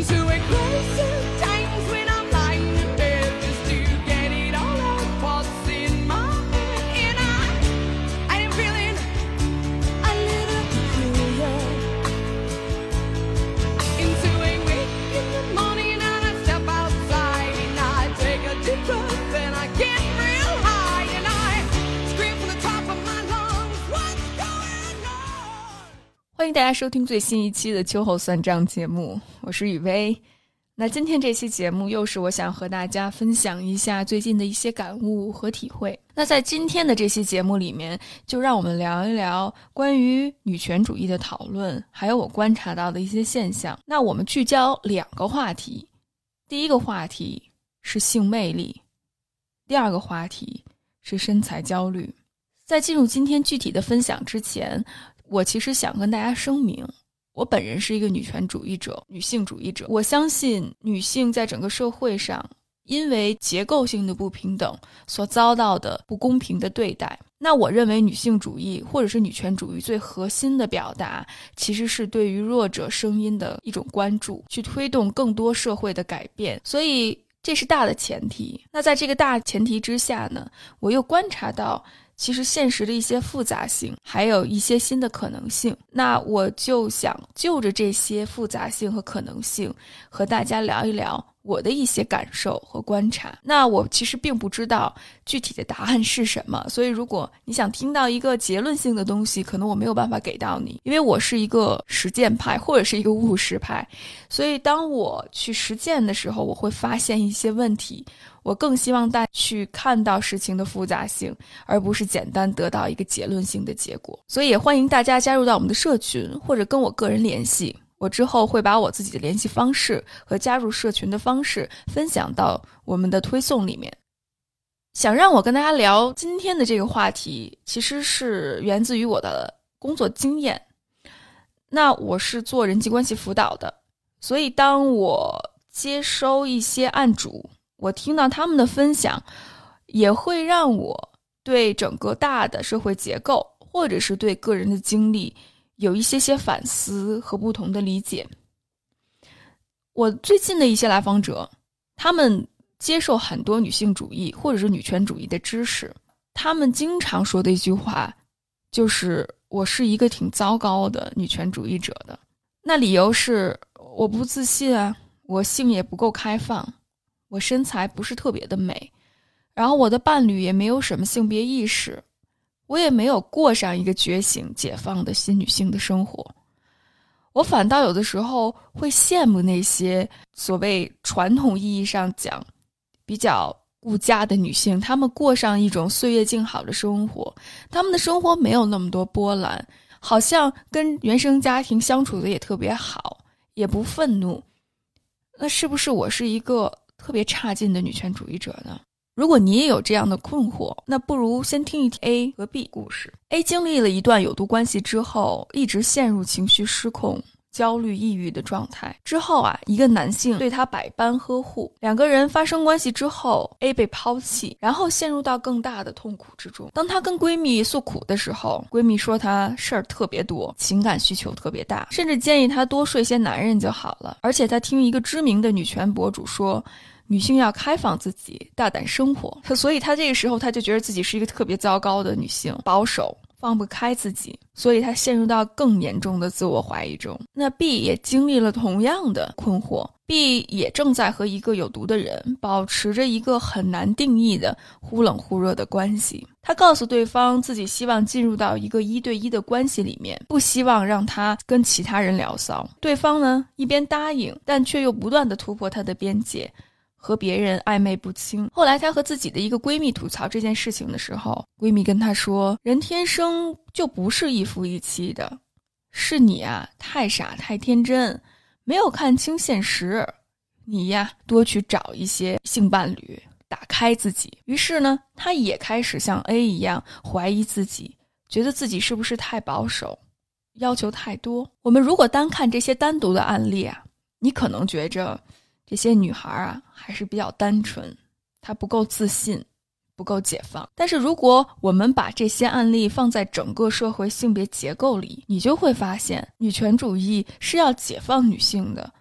欢迎大家收听最新一期的秋后算账节目，我是雨薇。那今天这期节目又是我想和大家分享一下最近的一些感悟和体会。那在今天的这期节目里面，就让我们聊一聊关于女权主义的讨论，还有我观察到的一些现象。那我们聚焦2个话题，第一个话题是性魅力，第二个话题是身材焦虑。在进入今天具体的分享之前，我其实想跟大家声明，我本人是一个女权主义者、女性主义者。我相信女性在整个社会上因为结构性的不平等所遭到的不公平的对待。那我认为女性主义或者是女权主义最核心的表达，其实是对于弱者声音的一种关注，去推动更多社会的改变。所以这是大的前提。那在这个大前提之下呢，我又观察到其实现实的一些复杂性，还有一些新的可能性。那我就想就着这些复杂性和可能性，和大家聊一聊我的一些感受和观察。那我其实并不知道具体的答案是什么，所以如果你想听到一个结论性的东西，可能我没有办法给到你，因为我是一个实践派或者是一个务实派。所以当我去实践的时候，我会发现一些问题，我更希望大家去看到事情的复杂性，而不是简单得到一个结论性的结果。所以也欢迎大家加入到我们的社群，或者跟我个人联系。我之后会把我自己的联系方式和加入社群的方式分享到我们的推送里面。想让我跟大家聊今天的这个话题，其实是源自于我的工作经验。那我是做人际关系辅导的，所以当我接收一些案主，我听到他们的分享，也会让我对整个大的社会结构，或者是对个人的经历有一些反思和不同的理解。我最近的一些来访者，他们接受很多女性主义或者是女权主义的知识，他们经常说的一句话就是我是一个挺糟糕的女权主义者的。那理由是我不自信啊，我性也不够开放，我身材不是特别的美，然后我的伴侣也没有什么性别意识，我也没有过上一个觉醒解放的新女性的生活。我反倒有的时候会羡慕那些所谓传统意义上讲比较顾家的女性，她们过上一种岁月静好的生活，她们的生活没有那么多波澜，好像跟原生家庭相处的也特别好，也不愤怒。那是不是我是一个特别差劲的女权主义者呢？如果你也有这样的困惑，那不如先听一听 A 和 B 故事。A 经历了一段有毒关系之后，一直陷入情绪失控、焦虑、抑郁的状态。之后一个男性对她百般呵护，两个人发生关系之后 ，A 被抛弃，然后陷入到更大的痛苦之中。当她跟闺蜜诉苦的时候，闺蜜说她事儿特别多，情感需求特别大，甚至建议她多睡些男人就好了。而且她听一个知名的女权博主说，女性要开放自己，大胆生活。所以她这个时候她就觉得自己是一个特别糟糕的女性，保守，放不开自己，所以她陷入到更严重的自我怀疑中。那 B 也经历了同样的困惑， B 也正在和一个有毒的人保持着一个很难定义的忽冷忽热的关系。他告诉对方自己希望进入到一个1对1的关系里面，不希望让他跟其他人聊骚。对方呢一边答应，但却又不断地突破他的边界，和别人暧昧不清。后来她和自己的一个闺蜜吐槽这件事情的时候，闺蜜跟她说，人天生就不是一夫一妻的，是你太傻太天真，没有看清现实，你多去找一些性伴侣，打开自己。于是呢，她也开始像 A 一样怀疑自己，觉得自己是不是太保守，要求太多。我们如果单看这些单独的案例你可能觉着这些女孩还是比较单纯，她不够自信，不够解放。但是如果我们把这些案例放在整个社会性别结构里，你就会发现女权主义是要解放女性的，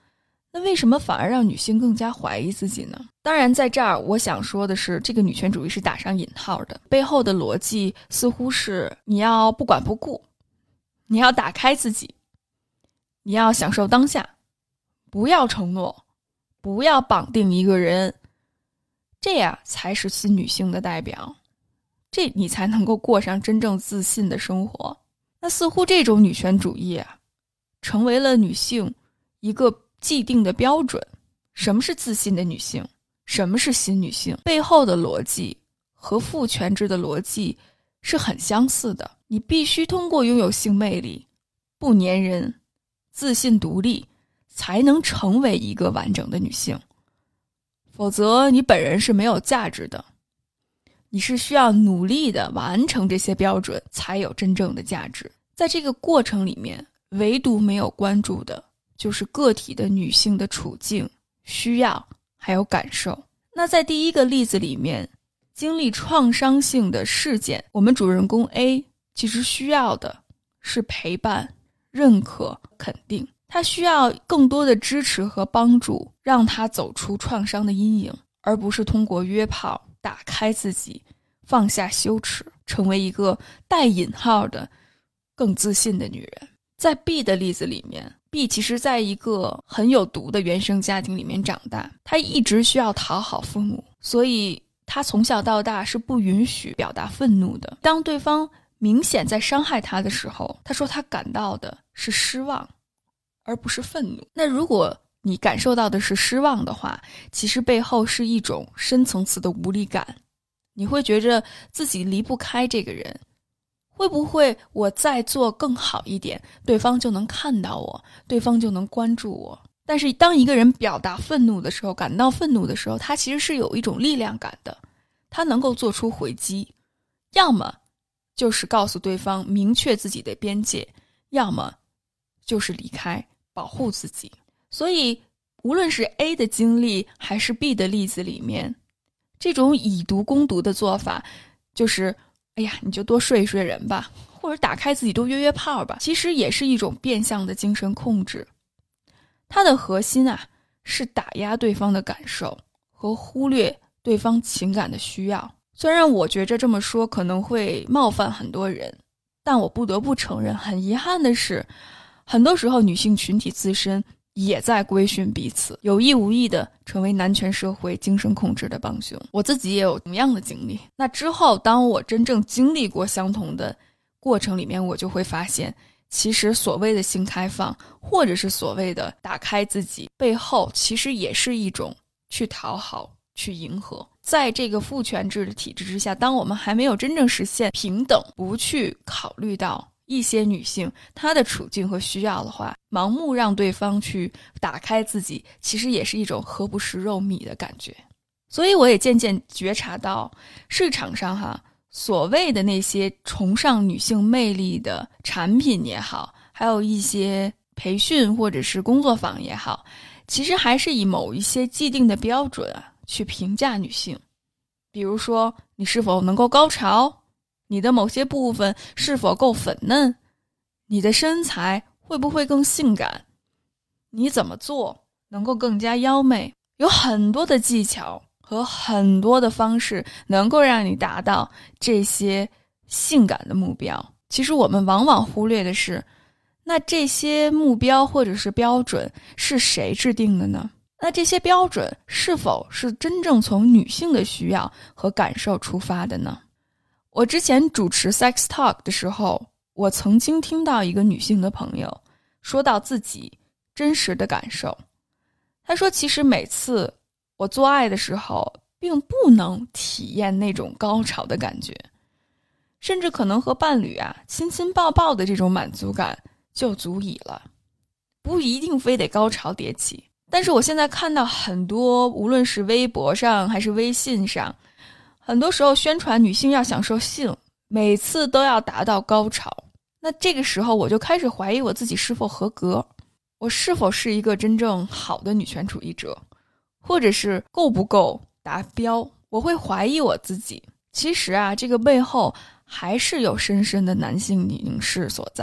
那为什么反而让女性更加怀疑自己呢？当然在这儿我想说的是，这个女权主义是打上引号的，背后的逻辑似乎是你要不管不顾，你要打开自己，你要享受当下，不要承诺，不要绑定一个人，这样才是新女性的代表，这你才能够过上真正自信的生活。那似乎这种女权主义啊，成为了女性一个既定的标准。什么是自信的女性？什么是新女性？背后的逻辑和父权制的逻辑是很相似的。你必须通过拥有性魅力，不粘人，自信独立，才能成为一个完整的女性。否则你本人是没有价值的，你是需要努力的完成这些标准才有真正的价值。在这个过程里面，唯独没有关注的就是个体的女性的处境、需要还有感受。那在第一个例子里面，经历创伤性的事件，我们主人公 A 其实需要的是陪伴、认可、肯定。他需要更多的支持和帮助，让他走出创伤的阴影，而不是通过约炮打开自己，放下羞耻，成为一个带引号的更自信的女人。在 B 的例子里面， B 其实在一个很有毒的原生家庭里面长大，他一直需要讨好父母，所以他从小到大是不允许表达愤怒的。当对方明显在伤害他的时候，他说他感到的是失望而不是愤怒。那如果你感受到的是失望的话，其实背后是一种深层次的无力感，你会觉着自己离不开这个人，会不会我再做更好一点，对方就能看到我，对方就能关注我。但是当一个人表达愤怒的时候，感到愤怒的时候，他其实是有一种力量感的，他能够做出回击，要么就是告诉对方明确自己的边界，要么就是离开保护自己。所以无论是 A 的经历还是 B 的例子里面，这种以毒攻毒的做法就是哎呀，你就多睡一睡人吧，或者打开自己多约约炮吧，其实也是一种变相的精神控制。它的核心啊，是打压对方的感受和忽略对方情感的需要。虽然我觉着这么说可能会冒犯很多人，但我不得不承认，很遗憾的是，很多时候女性群体自身也在规训彼此，有意无意的成为男权社会精神控制的帮凶。我自己也有同样的经历。那之后当我真正经历过相同的过程里面，我就会发现，其实所谓的性开放，或者是所谓的打开自己，背后其实也是一种去讨好、去迎合。在这个父权制的体制之下，当我们还没有真正实现平等，不去考虑到一些女性她的处境和需要的话，盲目让对方去打开自己，其实也是一种何不食肉糜的感觉。所以我也渐渐觉察到，市场上所谓的那些崇尚女性魅力的产品也好，还有一些培训或者是工作坊也好，其实还是以某一些既定的标准去评价女性。比如说你是否能够高潮，你的某些部分是否够粉嫩，你的身材会不会更性感，你怎么做能够更加妖媚。有很多的技巧和很多的方式能够让你达到这些性感的目标。其实我们往往忽略的是，那这些目标或者是标准是谁制定的呢？那这些标准是否是真正从女性的需要和感受出发的呢？我之前主持 Sex Talk 的时候，我曾经听到一个女性的朋友说到自己真实的感受。她说其实每次我做爱的时候并不能体验那种高潮的感觉，甚至可能和伴侣亲亲抱抱的这种满足感就足以了，不一定非得高潮迭起。但是我现在看到很多，无论是微博上还是微信上，很多时候宣传女性要享受性，每次都要达到高潮。那这个时候我就开始怀疑我自己是否合格，我是否是一个真正好的女权主义者，或者是够不够达标。我会怀疑我自己。其实这个背后还是有深深的男性凝视所在。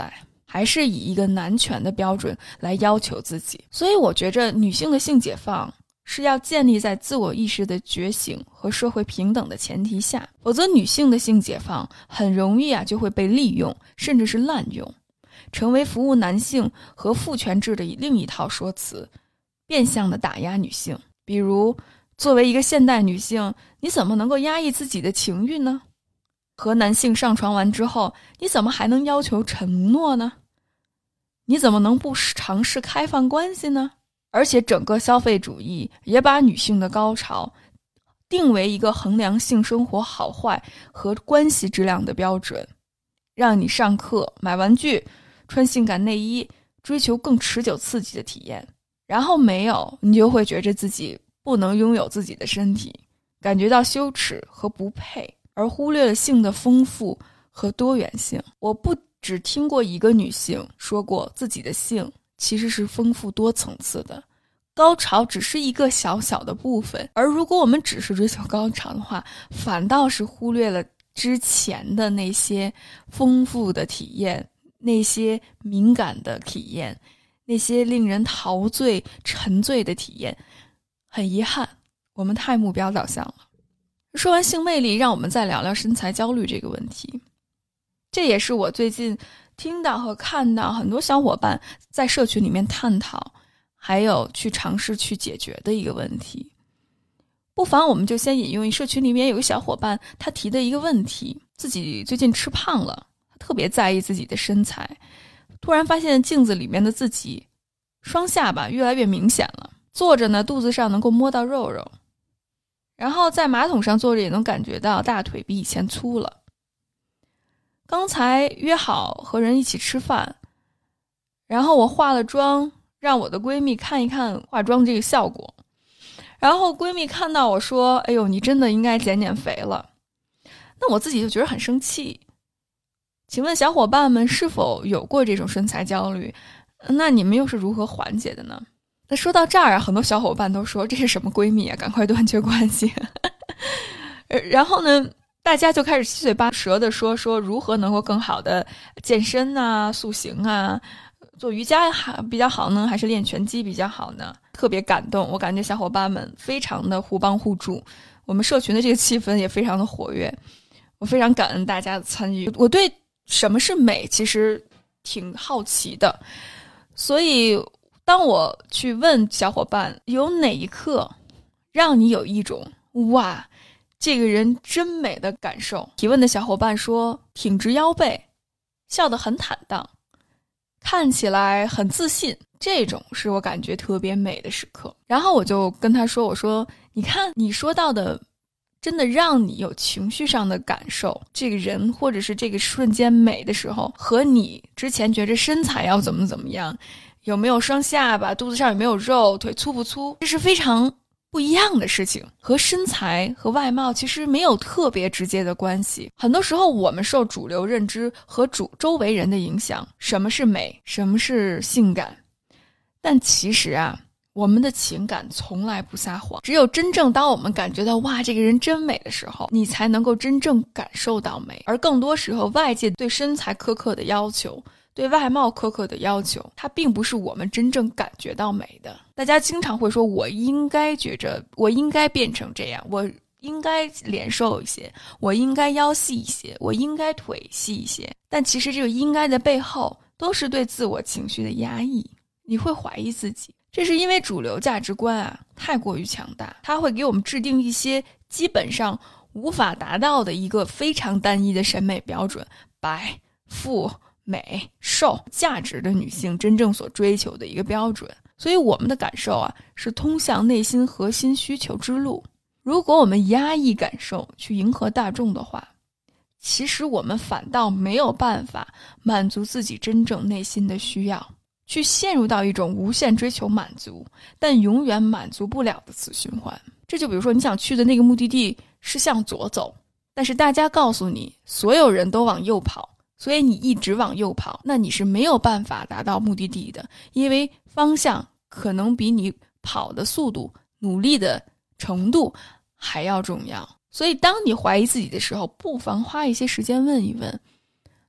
还是以一个男权的标准来要求自己。所以我觉着女性的性解放是要建立在自我意识的觉醒和社会平等的前提下，否则女性的性解放很容易就会被利用，甚至是滥用，成为服务男性和父权制的另一套说辞，变相的打压女性。比如作为一个现代女性，你怎么能够压抑自己的情欲呢？和男性上床完之后，你怎么还能要求承诺呢？你怎么能不尝试开放关系呢？而且整个消费主义也把女性的高潮定为一个衡量性生活好坏和关系质量的标准，让你上课、买玩具、穿性感内衣，追求更持久刺激的体验。然后没有，你就会觉着自己不能拥有自己的身体，感觉到羞耻和不配，而忽略了性的丰富和多元性。我不只听过一个女性说过自己的性其实是丰富多层次的，高潮只是一个小小的部分，而如果我们只是追求高潮的话，反倒是忽略了之前的那些丰富的体验，那些敏感的体验，那些令人陶醉沉醉的体验。很遗憾，我们太目标导向了。说完性魅力，让我们再聊聊身材焦虑这个问题。这也是我最近听到和看到很多小伙伴在社群里面探讨，还有去尝试去解决的一个问题。不妨我们就先引用社群里面有个小伙伴他提的一个问题，自己最近吃胖了，特别在意自己的身材，突然发现镜子里面的自己双下巴越来越明显了，坐着呢肚子上能够摸到肉肉，然后在马桶上坐着也能感觉到大腿比以前粗了。刚才约好和人一起吃饭，然后我化了妆，让我的闺蜜看一看化妆这个效果，然后闺蜜看到我说，哎呦，你真的应该减减肥了。那我自己就觉得很生气。请问小伙伴们是否有过这种身材焦虑？那你们又是如何缓解的呢？那说到这儿很多小伙伴都说这是什么闺蜜赶快断绝关系。然后呢，大家就开始七嘴八舌的说如何能够更好的健身啊、塑形啊，做瑜伽比较好呢，还是练拳击比较好呢？特别感动，我感觉小伙伴们非常的互帮互助，我们社群的这个气氛也非常的活跃，我非常感恩大家的参与。我对什么是美其实挺好奇的，所以当我去问小伙伴有哪一刻让你有一种哇这个人真美的感受，提问的小伙伴说挺直腰背，笑得很坦荡，看起来很自信，这种是我感觉特别美的时刻。然后我就跟他说，我说你看你说到的真的让你有情绪上的感受，这个人或者是这个瞬间美的时候，和你之前觉着身材要怎么样，有没有双下巴，肚子上有没有肉，腿粗不粗，这是非常不一样的事情，和身材和外貌其实没有特别直接的关系。很多时候我们受主流认知和周围人的影响，什么是美，什么是性感，但其实我们的情感从来不撒谎，只有真正当我们感觉到哇这个人真美的时候，你才能够真正感受到美。而更多时候外界对身材苛刻的要求，对外貌苛刻的要求，它并不是我们真正感觉到美的。大家经常会说我应该觉着我应该变成这样，我应该脸瘦一些，我应该腰细一些，我应该腿细一些，但其实这个应该的背后都是对自我情绪的压抑。你会怀疑自己，这是因为主流价值观太过于强大，它会给我们制定一些基本上无法达到的一个非常单一的审美标准，白、富、美、瘦，价值的女性真正所追求的一个标准。所以我们的感受是通向内心核心需求之路。如果我们压抑感受去迎合大众的话，其实我们反倒没有办法满足自己真正内心的需要，去陷入到一种无限追求满足但永远满足不了的死循环。这就比如说你想去的那个目的地是向左走，但是大家告诉你所有人都往右跑，所以你一直往右跑，那你是没有办法达到目的地的，因为方向可能比你跑的速度、努力的程度还要重要。所以当你怀疑自己的时候，不妨花一些时间问一问，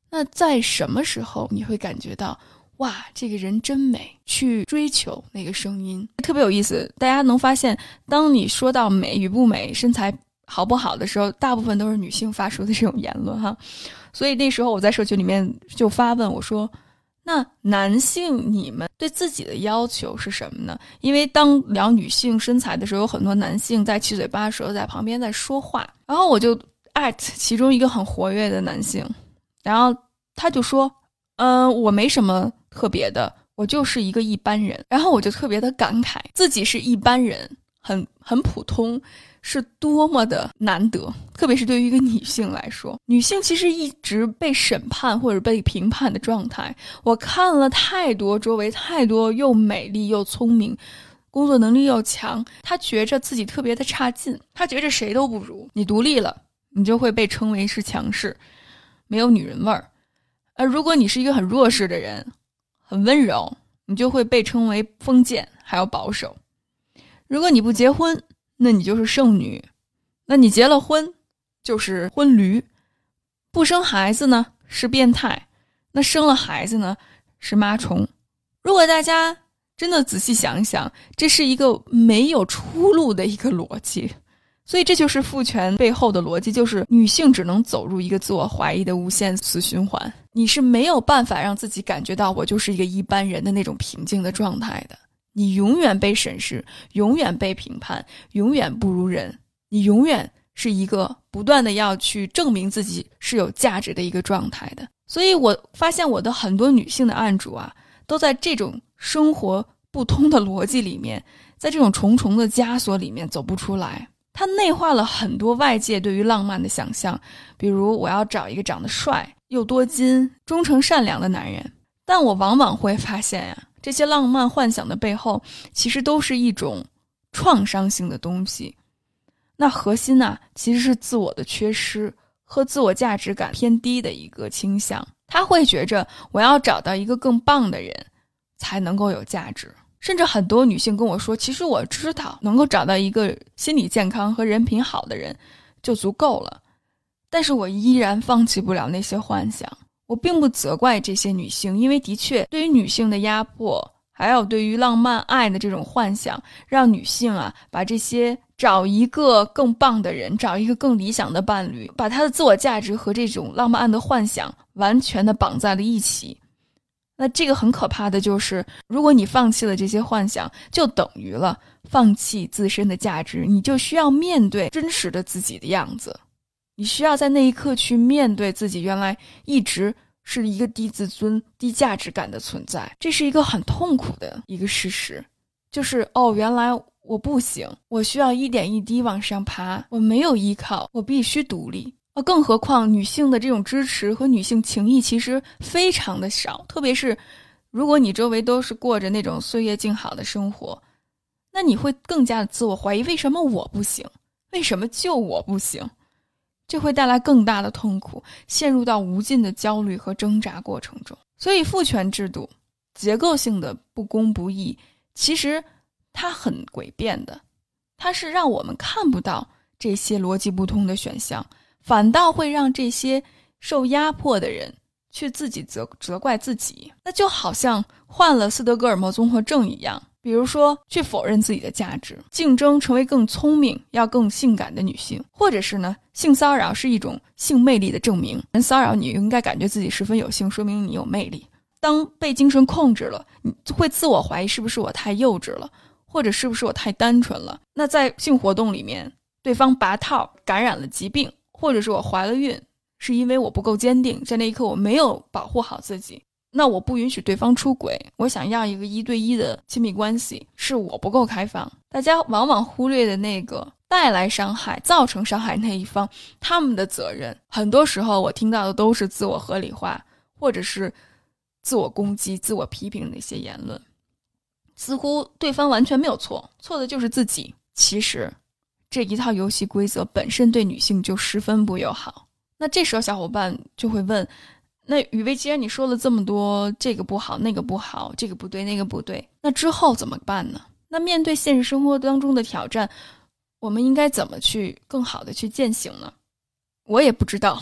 那在什么时候你会感觉到哇，这个人真美，去追求那个声音？特别有意思，大家能发现当你说到美与不美，身材好不好的时候，大部分都是女性发出的这种言论哈。所以那时候我在社群里面就发问，我说那男性你们对自己的要求是什么呢？因为当聊女性身材的时候，有很多男性在七嘴八舌在旁边在说话，然后我就其中一个很活跃的男性，然后他就说我没什么特别的，我就是一个一般人。然后我就特别的感慨，自己是一般人，很普通，是多么的难得。特别是对于一个女性来说，女性其实一直被审判或者被评判的状态。我看了太多周围太多又美丽又聪明，工作能力又强，她觉着自己特别的差劲，她觉着谁都不如。你独立了，你就会被称为是强势，没有女人味儿。而如果你是一个很弱势的人，很温柔，你就会被称为封建还有保守。如果你不结婚，那你就是剩女，那你结了婚就是婚驴，不生孩子呢是变态，那生了孩子呢是妈虫。如果大家真的仔细想一想，这是一个没有出路的一个逻辑。所以这就是父权背后的逻辑，就是女性只能走入一个自我怀疑的无限次循环。你是没有办法让自己感觉到我就是一个一般人的那种平静的状态的。你永远被审视，永远被评判，永远不如人，你永远是一个不断的要去证明自己是有价值的一个状态的。所以我发现我的很多女性的案主啊，都在这种生活不通的逻辑里面，在这种重重的枷锁里面走不出来。它内化了很多外界对于浪漫的想象，比如我要找一个长得帅又多金忠诚善良的男人。但我往往会发现呀，这些浪漫幻想的背后其实都是一种创伤性的东西。那核心啊，其实是自我的缺失和自我价值感偏低的一个倾向。他会觉着我要找到一个更棒的人才能够有价值。甚至很多女性跟我说，其实我知道能够找到一个心理健康和人品好的人就足够了，但是我依然放弃不了那些幻想。我并不责怪这些女性，因为的确对于女性的压迫，还有对于浪漫爱的这种幻想，让女性啊把这些找一个更棒的人，找一个更理想的伴侣，把她的自我价值和这种浪漫爱的幻想完全的绑在了一起。那这个很可怕的就是，如果你放弃了这些幻想，就等于了放弃自身的价值，你就需要面对真实的自己的样子。你需要在那一刻去面对自己原来一直是一个低自尊、低价值感的存在，这是一个很痛苦的一个事实。就是原来我不行，我需要一点一滴往上爬，我没有依靠，我必须独立。更何况女性的这种支持和女性情谊其实非常的少，特别是如果你周围都是过着那种岁月静好的生活，那你会更加的自我怀疑，为什么我不行？为什么就我不行？这会带来更大的痛苦，陷入到无尽的焦虑和挣扎过程中。所以父权制度结构性的不公不义，其实它很诡辩的，它是让我们看不到这些逻辑不通的选项，反倒会让这些受压迫的人去自己责怪自己。那就好像患了斯德哥尔摩综合症一样，比如说去否认自己的价值，竞争成为更聪明要更性感的女性，或者是呢，性骚扰是一种性魅力的证明，人骚扰你应该感觉自己十分有性，说明你有魅力。当被精神控制了，你会自我怀疑是不是我太幼稚了，或者是不是我太单纯了。那在性活动里面，对方拔套感染了疾病，或者是我怀了孕，是因为我不够坚定，在那一刻我没有保护好自己，那我不允许对方出轨，我想要一个1对1的亲密关系，是我不够开放。大家往往忽略的那个带来伤害、造成伤害那一方，他们的责任，很多时候我听到的都是自我合理化，或者是自我攻击、自我批评的一些言论，似乎对方完全没有错，错的就是自己。其实这一套游戏规则本身对女性就十分不友好。那这时候小伙伴就会问，那雨薇，既然你说了这么多，这个不好那个不好，这个不对那个不对，那之后怎么办呢？那面对现实生活当中的挑战，我们应该怎么去更好的去践行呢？我也不知道，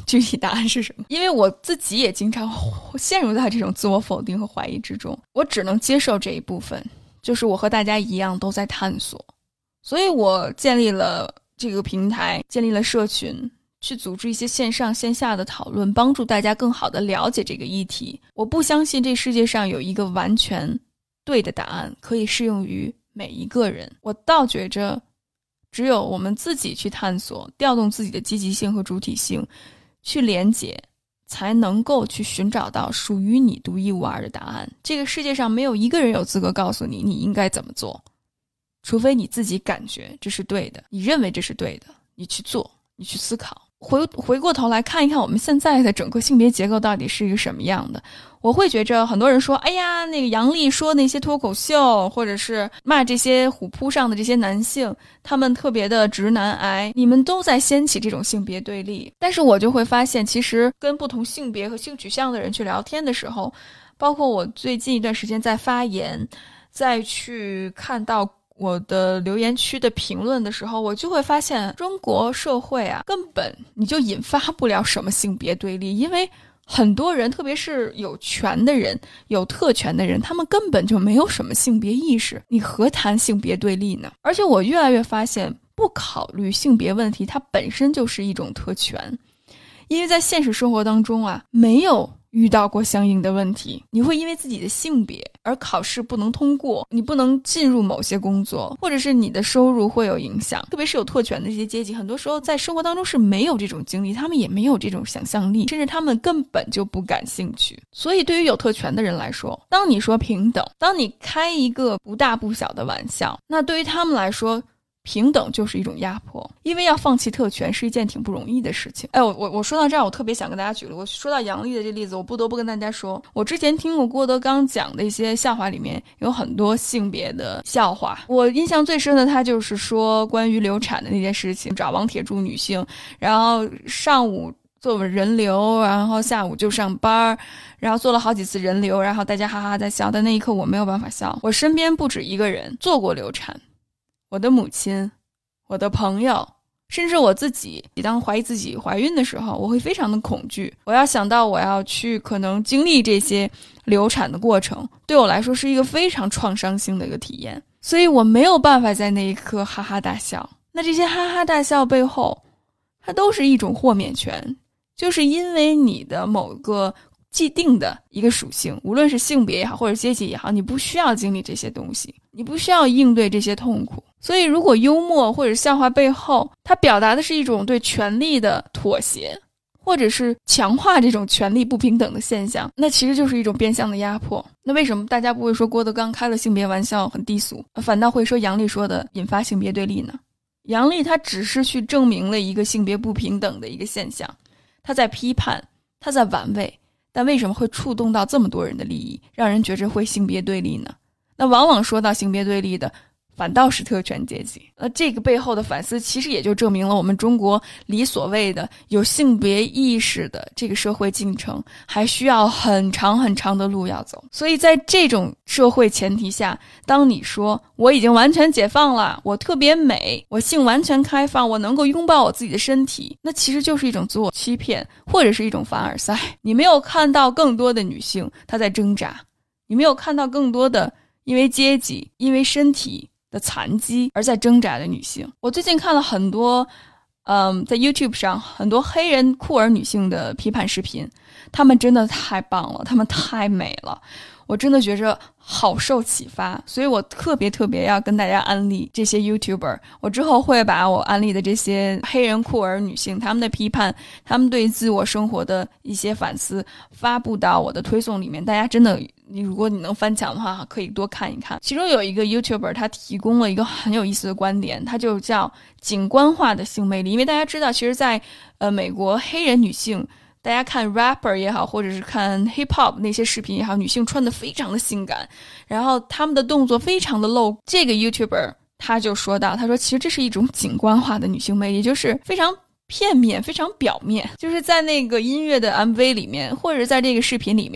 具体答案是什么，因为我自己也经常陷入在这种自我否定和怀疑之中，我只能接受这一部分，就是我和大家一样都在探索，所以我建立了这个平台，建立了社群，去组织一些线上线下的讨论，帮助大家更好地了解这个议题。我不相信这世界上有一个完全对的答案可以适用于每一个人，我倒觉着只有我们自己去探索，调动自己的积极性和主体性，去连结，才能够去寻找到属于你独一无二的答案。这个世界上没有一个人有资格告诉你你应该怎么做，除非你自己感觉这是对的，你认为这是对的，你去做，你去思考。回过头来看一看我们现在的整个性别结构到底是一个什么样的，我会觉着很多人说，哎呀，那个杨笠说那些脱口秀，或者是骂这些虎扑上的这些男性，他们特别的直男癌，你们都在掀起这种性别对立。但是我就会发现，其实跟不同性别和性取向的人去聊天的时候，包括我最近一段时间在发言，再去看到我的留言区的评论的时候，我就会发现中国社会啊，根本你就引发不了什么性别对立，因为很多人，特别是有权的人，有特权的人，他们根本就没有什么性别意识，你何谈性别对立呢？而且我越来越发现，不考虑性别问题，它本身就是一种特权，因为在现实生活当中啊，没有遇到过相应的问题，你会因为自己的性别而考试不能通过，你不能进入某些工作，或者是你的收入会有影响。特别是有特权的这些阶级，很多时候在生活当中是没有这种经历，他们也没有这种想象力，甚至他们根本就不感兴趣。所以对于有特权的人来说，当你说平等，当你开一个不大不小的玩笑，那对于他们来说，平等就是一种压迫，因为要放弃特权是一件挺不容易的事情。我说到这儿，我特别想跟大家举例。我说到杨笠的这例子，我不得不跟大家说，我之前听过郭德纲讲的一些笑话，里面有很多性别的笑话。我印象最深的，他就是说关于流产的那件事情，找王铁柱女性，然后上午做人流，然后下午就上班，然后做了好几次人流，然后大家哈哈在笑，但那一刻我没有办法笑。我身边不止一个人做过流产，我的母亲，我的朋友，甚至我自己，当怀疑自己怀孕的时候，我会非常的恐惧。我要想到我要去可能经历这些流产的过程，对我来说是一个非常创伤性的一个体验，所以我没有办法在那一刻哈哈大笑。那这些哈哈大笑背后，它都是一种豁免权，就是因为你的某个既定的一个属性，无论是性别也好，或者阶级也好，你不需要经历这些东西，你不需要应对这些痛苦。所以如果幽默或者笑话背后，它表达的是一种对权力的妥协，或者是强化这种权力不平等的现象，那其实就是一种变相的压迫。那为什么大家不会说郭德纲开了性别玩笑很低俗，反倒会说杨笠说的引发性别对立呢？杨笠他只是去证明了一个性别不平等的一个现象，他在批判，他在玩味，但为什么会触动到这么多人的利益，让人觉着会性别对立呢？那往往说到性别对立的，反倒是特权阶级。这个背后的反思，其实也就证明了我们中国离所谓的有性别意识的这个社会进程，还需要很长很长的路要走。所以在这种社会前提下，当你说我已经完全解放了，我特别美，我性完全开放，我能够拥抱我自己的身体，那其实就是一种自我欺骗，或者是一种凡尔赛。你没有看到更多的女性她在挣扎，你没有看到更多的因为阶级，因为身体的残疾而在挣扎的女性。我最近看了很多在 YouTube 上很多黑人酷儿女性的批判视频，她们真的太棒了，她们太美了，我真的觉着好受启发。所以我特别要跟大家安利这些 YouTuber， 我之后会把我安利的这些黑人酷儿女性她们的批判，她们对自我生活的一些反思发布到我的推送里面，大家真的如果你能翻墙的话可以多看一看。其中有一个 YouTuber 他提供了一个很有意思的观点，他就叫景观化的性魅力。因为大家知道其实在美国黑人女性，大家看 rapper 也好，或者是看 hip hop 那些视频也好，女性穿得非常的性感，然后他们的动作非常的露。这个 YouTuber 他就说到，他说其实这是一种景观化的女性魅力，就是非常片面，非常表面，就是在那个音乐的 MV 里面，或者在这个视频里面，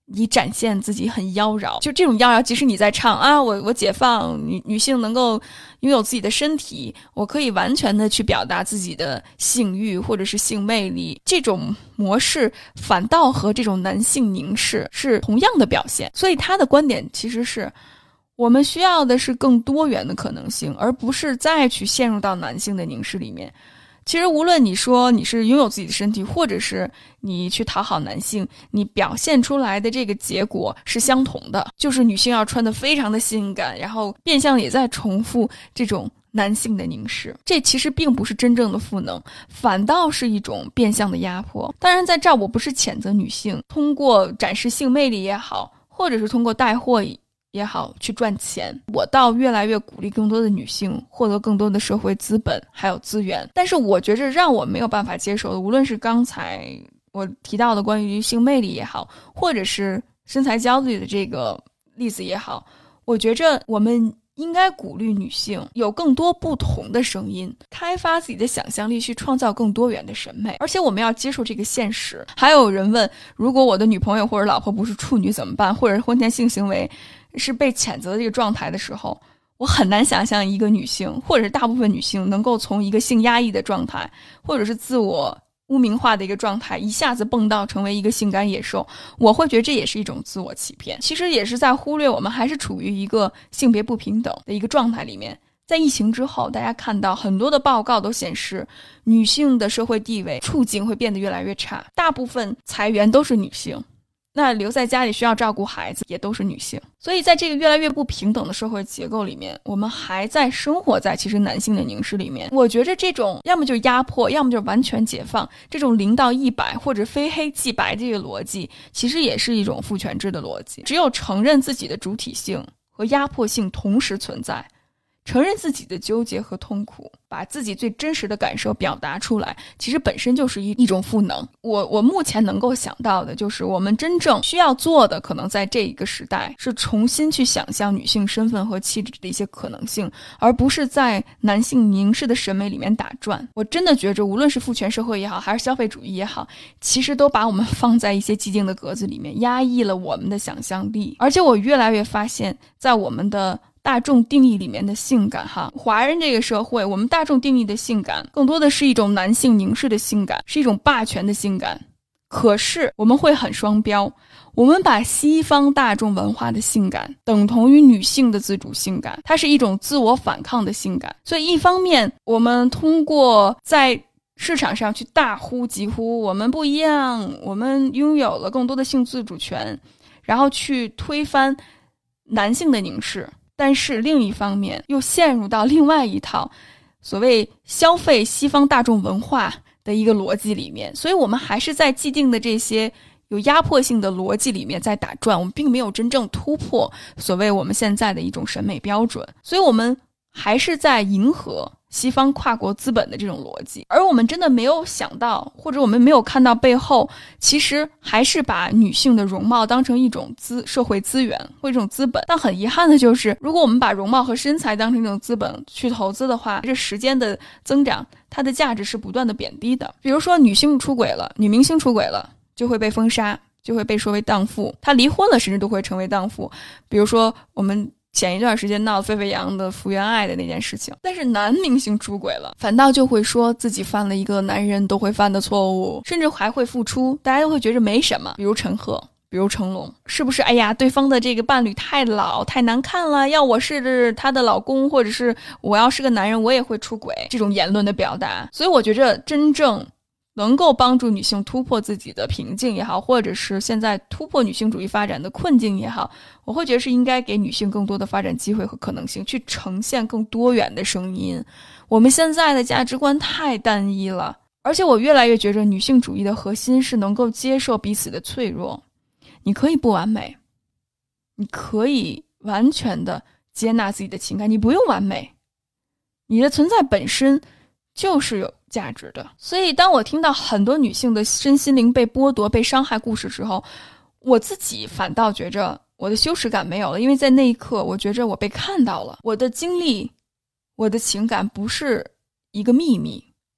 你展现自己很妖娆，就这种妖娆，即使你在唱啊，我解放女性能够拥有自己的身体，我可以完全的去表达自己的性欲或者是性魅力，这种模式反倒和这种男性凝视是同样的表现。所以他的观点其实是我们需要的是更多元的可能性，而不是再去陷入到男性的凝视里面。其实无论你说你是拥有自己的身体，或者是你去讨好男性，你表现出来的这个结果是相同的，就是女性要穿得非常的性感，然后变相也在重复这种男性的凝视。这其实并不是真正的赋能，反倒是一种变相的压迫。当然在这儿我不是谴责女性通过展示性魅力也好，或者是通过带货也好去赚钱，我倒越来越鼓励更多的女性获得更多的社会资本还有资源。但是我觉着让我没有办法接受的，无论是刚才我提到的关于性魅力也好，或者是身材焦虑的这个例子也好，我觉着我们应该鼓励女性有更多不同的声音，开发自己的想象力，去创造更多元的审美。而且我们要接受这个现实。还有人问，如果我的女朋友或者老婆不是处女怎么办，或者是婚前性行为是被谴责的这个状态的时候，我很难想象一个女性或者是大部分女性能够从一个性压抑的状态，或者是自我污名化的一个状态，一下子蹦到成为一个性感野兽。我会觉得这也是一种自我欺骗，其实也是在忽略我们还是处于一个性别不平等的一个状态里面。在疫情之后，大家看到很多的报告都显示女性的社会地位处境会变得越来越差，大部分裁员都是女性，那留在家里需要照顾孩子也都是女性。所以在这个越来越不平等的社会结构里面，我们还在生活在其实男性的凝视里面。我觉得这种要么就是压迫，要么就是完全解放，这种0到100或者非黑即白这个逻辑，其实也是一种父权制的逻辑。只有承认自己的主体性和压迫性同时存在，承认自己的纠结和痛苦，把自己最真实的感受表达出来，其实本身就是一种赋能。我目前能够想到的就是我们真正需要做的，可能在这一个时代是重新去想象女性身份和气质的一些可能性，而不是在男性凝视的审美里面打转。我真的觉着无论是父权社会也好，还是消费主义也好，其实都把我们放在一些既定的格子里面，压抑了我们的想象力。而且我越来越发现，在我们的大众定义里面的性感华人这个社会，我们大众定义的性感更多的是一种男性凝视的性感，是一种霸权的性感。可是我们会很双标，我们把西方大众文化的性感等同于女性的自主性感，它是一种自我反抗的性感。所以一方面我们通过在市场上去大呼疾呼我们不一样，我们拥有了更多的性自主权，然后去推翻男性的凝视，但是另一方面又陷入到另外一套所谓消费西方大众文化的一个逻辑里面。所以我们还是在既定的这些有压迫性的逻辑里面在打转，我们并没有真正突破所谓我们现在的一种审美标准，所以我们还是在迎合西方跨国资本的这种逻辑。而我们真的没有想到，或者我们没有看到背后其实还是把女性的容貌当成一种社会资源或一种资本。但很遗憾的就是，如果我们把容貌和身材当成一种资本去投资的话，这时间的增长它的价值是不断的贬低的。比如说女性出轨了，女明星出轨了就会被封杀，就会被说为荡妇，她离婚了甚至都会成为荡妇。比如说我们前一段时间闹得沸沸扬的福原爱的那件事情，但是男明星出轨了，反倒就会说自己犯了一个男人都会犯的错误，甚至还会付出，大家都会觉得没什么。比如陈赫，比如成龙，是不是哎呀对方的这个伴侣太老太难看了，要我是他的老公，或者是我要是个男人我也会出轨，这种言论的表达。所以我觉着真正能够帮助女性突破自己的瓶颈也好，或者是现在突破女性主义发展的困境也好，我会觉得是应该给女性更多的发展机会和可能性，去呈现更多元的声音。我们现在的价值观太单一了，而且我越来越觉得女性主义的核心是能够接受彼此的脆弱。你可以不完美，你可以完全的接纳自己的情感，你不用完美，你的存在本身就是有价值的。所以当我听到很多女性的身心灵被剥夺被伤害故事之后，我自己反倒觉着我的羞耻感没有了，因为在那一刻我觉着我被看到了，我的经历我的情感不是一个秘密，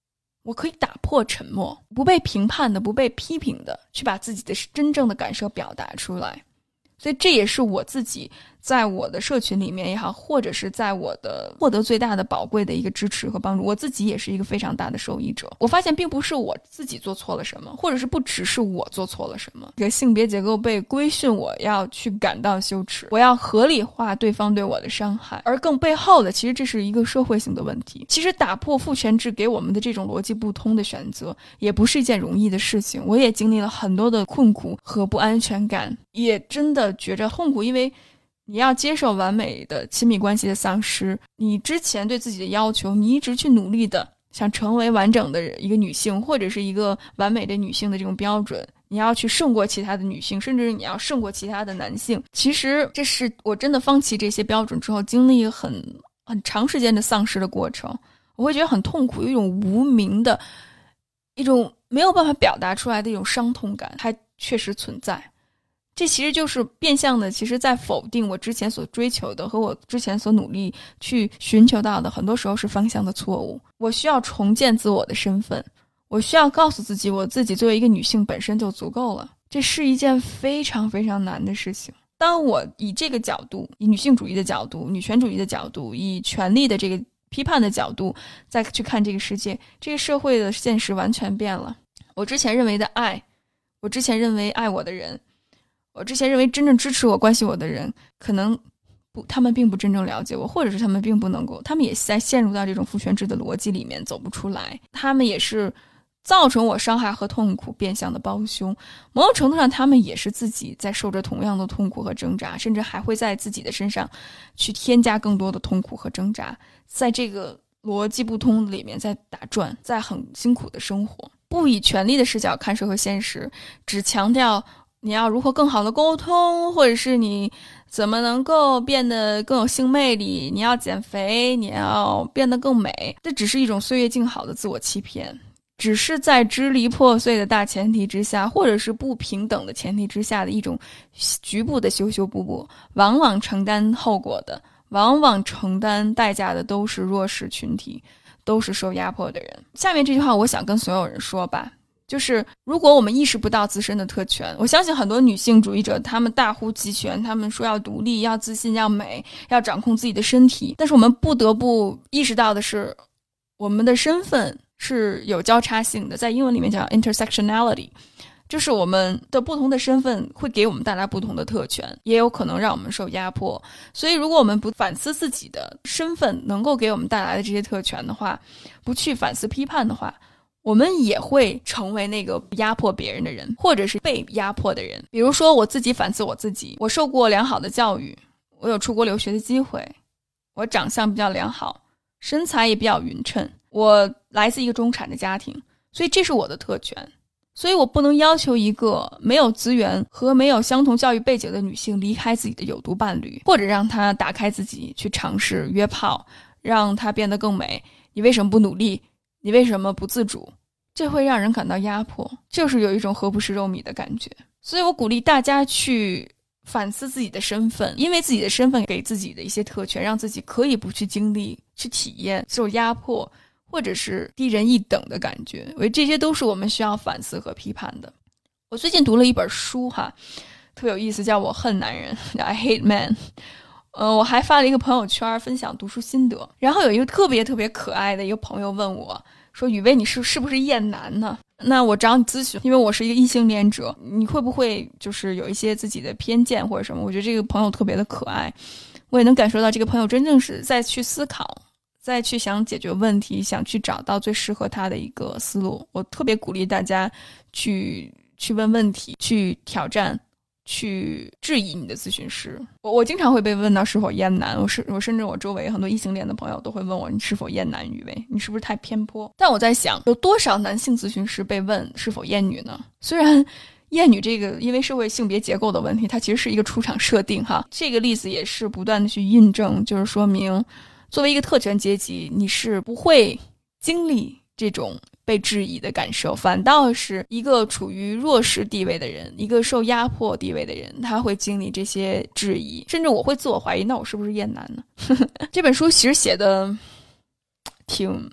我可以打破沉默，不被评判的，不被批评的，去把自己的真正的感受表达出来。所以这也是我自己在我的社群里面也好，或者是在我的获得最大的宝贵的一个支持和帮助，我自己也是一个非常大的受益者。我发现并不是我自己做错了什么，或者是不只是我做错了什么，这个性别结构被规训，我要去感到羞耻，我要合理化对方对我的伤害，而更背后的其实这是一个社会性的问题。其实打破父权制给我们的这种逻辑不通的选择也不是一件容易的事情，我也经历了很多的困苦和不安全感，也真的觉着痛苦，因为你要接受完美的亲密关系的丧失，你之前对自己的要求，你一直去努力的想成为完整的一个女性，或者是一个完美的女性的这种标准，你要去胜过其他的女性，甚至你要胜过其他的男性。其实这是我真的放弃这些标准之后经历很长时间的丧失的过程，我会觉得很痛苦，有一种无名的一种没有办法表达出来的一种伤痛感还确实存在。这其实就是变相的其实在否定我之前所追求的和我之前所努力去寻求到的，很多时候是方向的错误。我需要重建自我的身份，我需要告诉自己我自己作为一个女性本身就足够了，这是一件非常非常难的事情。当我以这个角度，以女性主义的角度，女权主义的角度，以权力的这个批判的角度再去看这个世界，这个社会的现实完全变了。我之前认为的爱，我之前认为爱我的人，我之前认为真正支持我关心我的人，可能不，他们并不真正了解我，或者是他们并不能够，他们也在陷入到这种父权制的逻辑里面走不出来，他们也是造成我伤害和痛苦变相的帮凶。某种程度上他们也是自己在受着同样的痛苦和挣扎，甚至还会在自己的身上去添加更多的痛苦和挣扎，在这个逻辑不通里面在打转，在很辛苦的生活。不以权力的视角看社会现实，只强调你要如何更好的沟通，或者是你怎么能够变得更有性魅力，你要减肥，你要变得更美，这只是一种岁月静好的自我欺骗，只是在支离破碎的大前提之下，或者是不平等的前提之下的一种局部的修修补补，往往承担后果的，往往承担代价的都是弱势群体，都是受压迫的人。下面这句话我想跟所有人说吧，就是如果我们意识不到自身的特权，我相信很多女性主义者他们大呼极权，他们说要独立，要自信，要美，要掌控自己的身体，但是我们不得不意识到的是，我们的身份是有交叉性的，在英文里面叫 intersectionality， 就是我们的不同的身份会给我们带来不同的特权，也有可能让我们受压迫。所以如果我们不反思自己的身份能够给我们带来的这些特权的话，不去反思批判的话，我们也会成为那个压迫别人的人，或者是被压迫的人。比如说我自己反思我自己，我受过良好的教育，我有出国留学的机会，我长相比较良好，身材也比较匀称，我来自一个中产的家庭，所以这是我的特权。所以我不能要求一个没有资源和没有相同教育背景的女性离开自己的有毒伴侣，或者让她打开自己去尝试约炮，让她变得更美。你为什么不努力？你为什么不自主？这会让人感到压迫，就是有一种何不食肉糜的感觉。所以我鼓励大家去反思自己的身份，因为自己的身份给自己的一些特权，让自己可以不去经历、去体验受压迫或者是低人一等的感觉。我觉得这些都是我们需要反思和批判的。我最近读了一本书特别有意思，叫我恨男人 I hate men。我还发了一个朋友圈分享读书心得，然后有一个特别特别可爱的一个朋友问我说，雨薇你是不是厌男呢？那我找你咨询，因为我是一个异性恋者，你会不会就是有一些自己的偏见或者什么？我觉得这个朋友特别的可爱，我也能感受到这个朋友真正是在去思考，再去想解决问题，想去找到最适合他的一个思路。我特别鼓励大家去问问题，去挑战，去质疑你的咨询师。我经常会被问到是否厌男，我甚至我周围很多异性恋的朋友都会问我，你是否厌男？雨薇，你是不是太偏颇？但我在想，有多少男性咨询师被问是否厌女呢？虽然厌女这个因为社会性别结构的问题，它其实是一个出场设定这个例子也是不断的去印证，就是说明作为一个特权阶级，你是不会经历这种被质疑的感受，反倒是一个处于弱势地位的人，一个受压迫地位的人，他会经历这些质疑，甚至我会自我怀疑，那我是不是厌男呢？这本书其实写的挺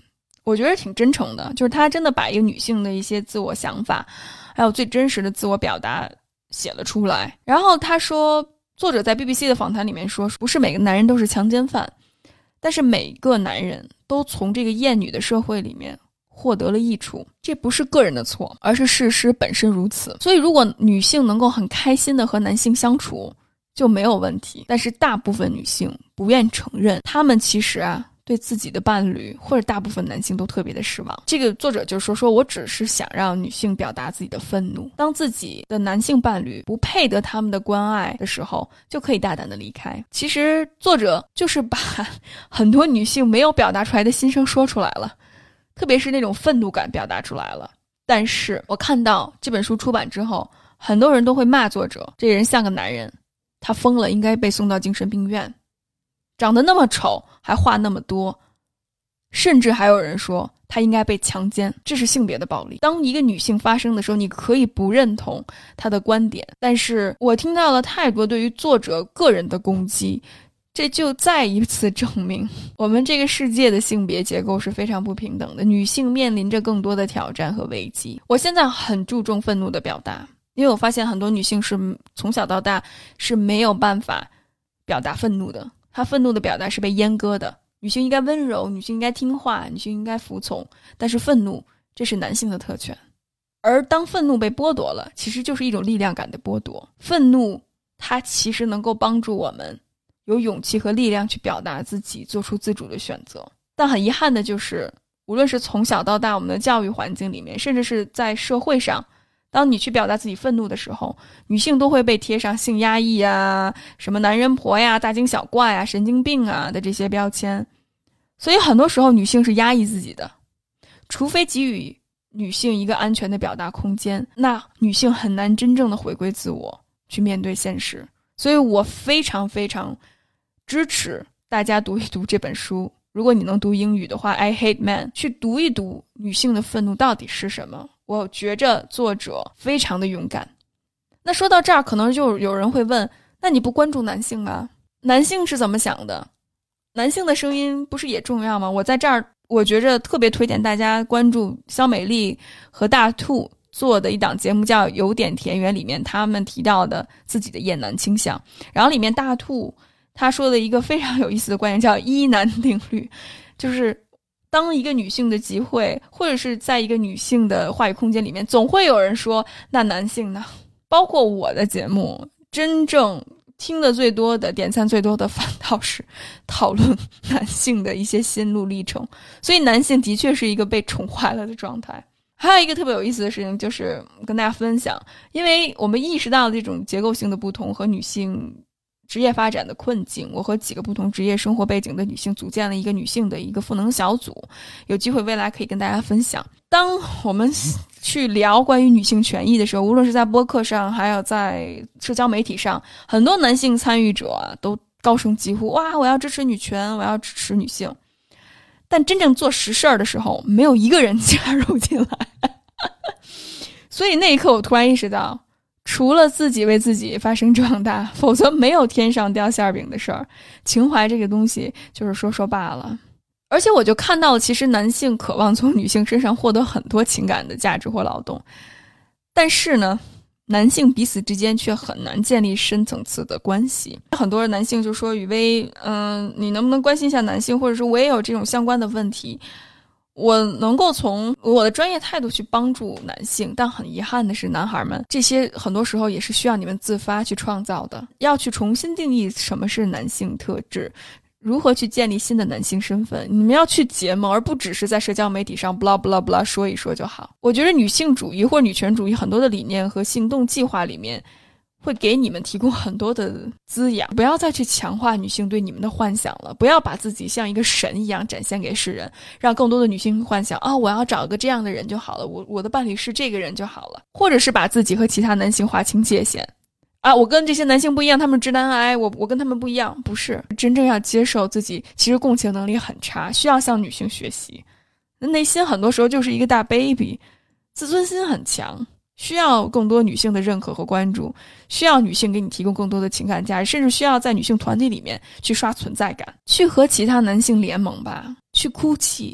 我觉得挺真诚的，就是他真的把一个女性的一些自我想法还有最真实的自我表达写了出来。然后他说，作者在 BBC 的访谈里面说，不是每个男人都是强奸犯，但是每个男人都从这个厌女的社会里面获得了益处，这不是个人的错，而是事实本身如此。所以如果女性能够很开心的和男性相处就没有问题，但是大部分女性不愿承认，她们其实对自己的伴侣或者大部分男性都特别的失望。这个作者就说我只是想让女性表达自己的愤怒，当自己的男性伴侣不配得他们的关爱的时候，就可以大胆的离开。其实作者就是把很多女性没有表达出来的心声说出来了，特别是那种愤怒感表达出来了。但是我看到这本书出版之后，很多人都会骂作者，这人像个男人，他疯了，应该被送到精神病院，长得那么丑还话那么多，甚至还有人说他应该被强奸，这是性别的暴力。当一个女性发声的时候，你可以不认同她的观点，但是我听到了太多对于作者个人的攻击，这就再一次证明我们这个世界的性别结构是非常不平等的，女性面临着更多的挑战和危机。我现在很注重愤怒的表达，因为我发现很多女性是从小到大是没有办法表达愤怒的，她愤怒的表达是被阉割的。女性应该温柔，女性应该听话，女性应该服从，但是愤怒这是男性的特权。而当愤怒被剥夺了，其实就是一种力量感的剥夺。愤怒它其实能够帮助我们有勇气和力量去表达自己，做出自主的选择。但很遗憾的就是，无论是从小到大我们的教育环境里面，甚至是在社会上，当你去表达自己愤怒的时候，女性都会被贴上性压抑啊、什么男人婆呀、大惊小怪啊、神经病啊的这些标签。所以很多时候女性是压抑自己的，除非给予女性一个安全的表达空间，那女性很难真正的回归自我，去面对现实。所以我非常非常支持大家读一读这本书，如果你能读英语的话 I Hate Men， 去读一读女性的愤怒到底是什么。我觉着作者非常的勇敢。那说到这儿，可能就有人会问，那你不关注男性吗？男性是怎么想的？男性的声音不是也重要吗？我在这儿我觉着特别推荐大家关注肖美丽和大兔做的一档节目叫有点田园，里面他们提到的自己的厌男倾向。然后里面大兔他说的一个非常有意思的观点叫一男定律，就是当一个女性的集会，或者是在一个女性的话语空间里面，总会有人说那男性呢？包括我的节目，真正听的最多的、点赞最多的反倒是讨论男性的一些心路历程。所以男性的确是一个被宠坏了的状态。还有一个特别有意思的事情，就是跟大家分享，因为我们意识到这种结构性的不同和女性职业发展的困境，我和几个不同职业生活背景的女性组建了一个女性的一个赋能小组，有机会未来可以跟大家分享。当我们去聊关于女性权益的时候，无论是在播客上还有在社交媒体上，很多男性参与者都高声疾呼，哇，我要支持女权，我要支持女性。但真正做实事儿的时候，没有一个人加入进来。所以那一刻我突然意识到，除了自己为自己发声壮大，否则没有天上掉馅饼的事儿。情怀这个东西就是说说罢了。而且我就看到了，其实男性渴望从女性身上获得很多情感的价值或劳动，但是呢，男性彼此之间却很难建立深层次的关系。很多男性就说，雨薇，你能不能关心一下男性，或者说我也有这种相关的问题，我能够从我的专业态度去帮助男性，但很遗憾的是，男孩们这些很多时候也是需要你们自发去创造的，要去重新定义什么是男性特质，如何去建立新的男性身份，你们要去结盟，而不只是在社交媒体上 blah blah blah 说一说就好。我觉得女性主义或女权主义很多的理念和行动计划里面会给你们提供很多的滋养，不要再去强化女性对你们的幻想了，不要把自己像一个神一样展现给世人，让更多的女性幻想我要找个这样的人就好了，我的伴侣是这个人就好了，或者是把自己和其他男性划清界限我跟这些男性不一样，他们直男癌，我跟他们不一样。不是，真正要接受自己其实共情能力很差，需要向女性学习。内心很多时候就是一个大 baby， 自尊心很强，需要更多女性的认可和关注，需要女性给你提供更多的情感价值，甚至需要在女性团体里面去刷存在感，去和其他男性联盟吧，去哭泣，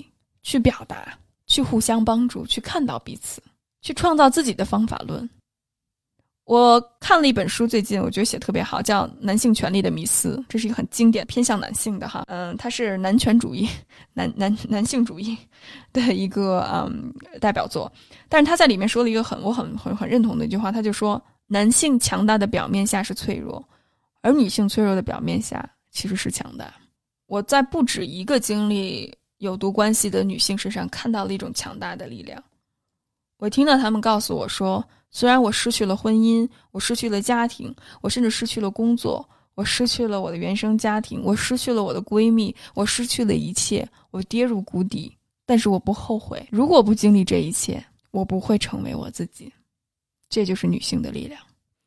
去表达，去互相帮助，去看到彼此，去创造自己的方法论。我看了一本书，最近我觉得写得特别好，叫《男性权利的迷思》，这是一个很经典偏向男性的哈，它是男权主义、男性主义的一个代表作。但是他在里面说了一个我很认同的一句话，他就说男性强大的表面下是脆弱，而女性脆弱的表面下其实是强大。我在不止一个经历有毒关系的女性身上看到了一种强大的力量。我听到他们告诉我说，虽然我失去了婚姻，我失去了家庭，我甚至失去了工作，我失去了我的原生家庭，我失去了我的闺蜜，我失去了一切，我跌入谷底，但是我不后悔。如果不经历这一切，我不会成为我自己。这就是女性的力量。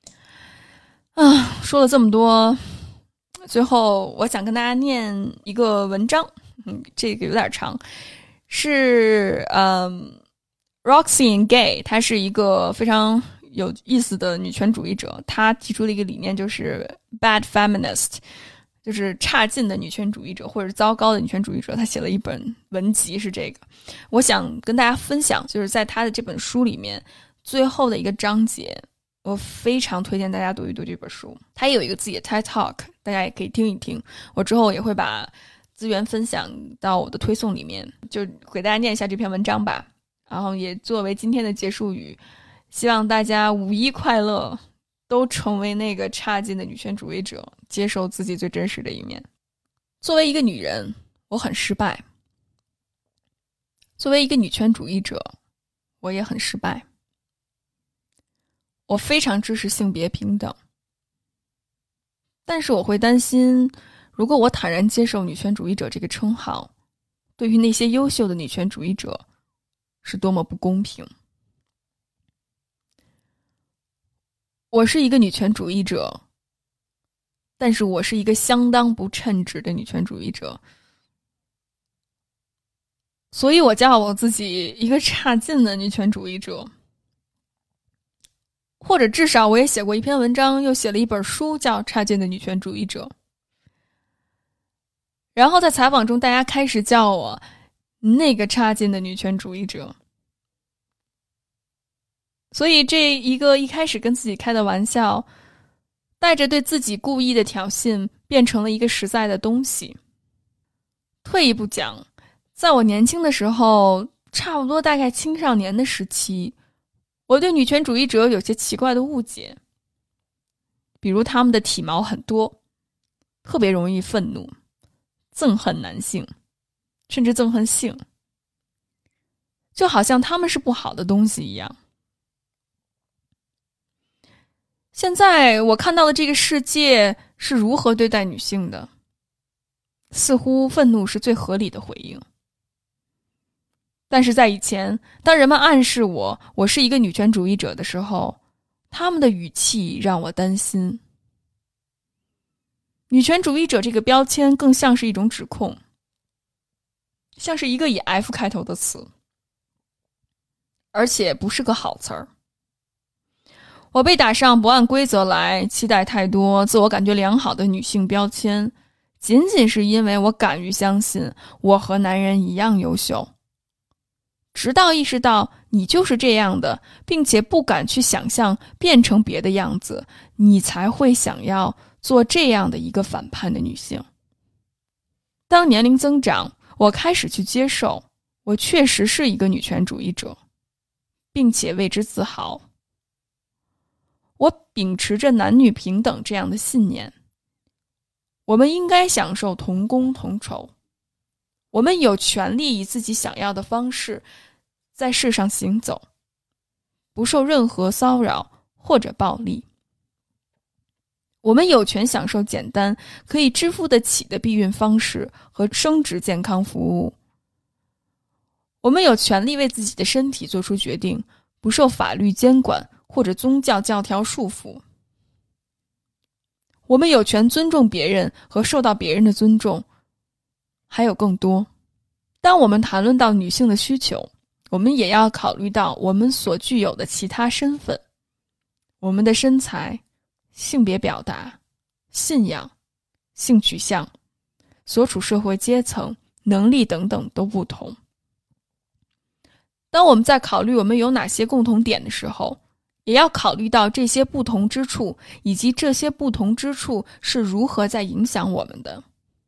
说了这么多，最后我想跟大家念一个文章，这个有点长，是Roxane Gay， 她是一个非常有意思的女权主义者，她提出了一个理念，就是 bad feminist， 就是差劲的女权主义者或者是糟糕的女权主义者。她写了一本文集是这个，我想跟大家分享，就是在她的这本书里面最后的一个章节，我非常推荐大家读一读这本书。她也有一个自己的 TED Talk， 大家也可以听一听，我之后也会把资源分享到我的推送里面，就给大家念一下这篇文章吧。然后也作为今天的结束语，希望大家五一快乐，都成为那个差劲的女权主义者，接受自己最真实的一面。作为一个女人，我很失败；作为一个女权主义者，我也很失败。我非常支持性别平等，但是我会担心，如果我坦然接受女权主义者这个称号，对于那些优秀的女权主义者是多么不公平。我是一个女权主义者，但是我是一个相当不称职的女权主义者，所以我叫我自己一个差劲的女权主义者。或者至少我也写过一篇文章，又写了一本书叫《差劲的女权主义者》。然后在采访中大家开始叫我那个差劲的女权主义者。所以这一个一开始跟自己开的玩笑，带着对自己故意的挑衅，变成了一个实在的东西。退一步讲，在我年轻的时候，差不多大概青少年的时期，我对女权主义者有些奇怪的误解，比如他们的体毛很多，特别容易愤怒，憎恨男性，甚至憎恨性，就好像他们是不好的东西一样。现在我看到的这个世界是如何对待女性的，似乎愤怒是最合理的回应。但是在以前，当人们暗示我是一个女权主义者的时候，他们的语气让我担心。女权主义者这个标签更像是一种指控，像是一个以 F 开头的词，而且不是个好词儿。我被打上不按规则来、期待太多、自我感觉良好的女性标签，仅仅是因为我敢于相信我和男人一样优秀。直到意识到你就是这样的，并且不敢去想象变成别的样子，你才会想要做这样的一个反叛的女性。当年龄增长，我开始去接受，我确实是一个女权主义者，并且为之自豪。我秉持着男女平等这样的信念，我们应该享受同工同酬，我们有权利以自己想要的方式在世上行走，不受任何骚扰或者暴力。我们有权享受简单可以支付得起的避孕方式和生殖健康服务。我们有权利为自己的身体做出决定，不受法律监管或者宗教教条束缚。我们有权尊重别人和受到别人的尊重，还有更多。当我们谈论到女性的需求，我们也要考虑到我们所具有的其他身份，我们的身材、性别表达、信仰、性取向、所处社会阶层、能力等等都不同。 当我们在考虑我们有哪些共同点的时候，也要考虑到这些不同之处，以及这些不同之处是如何在影响我们的。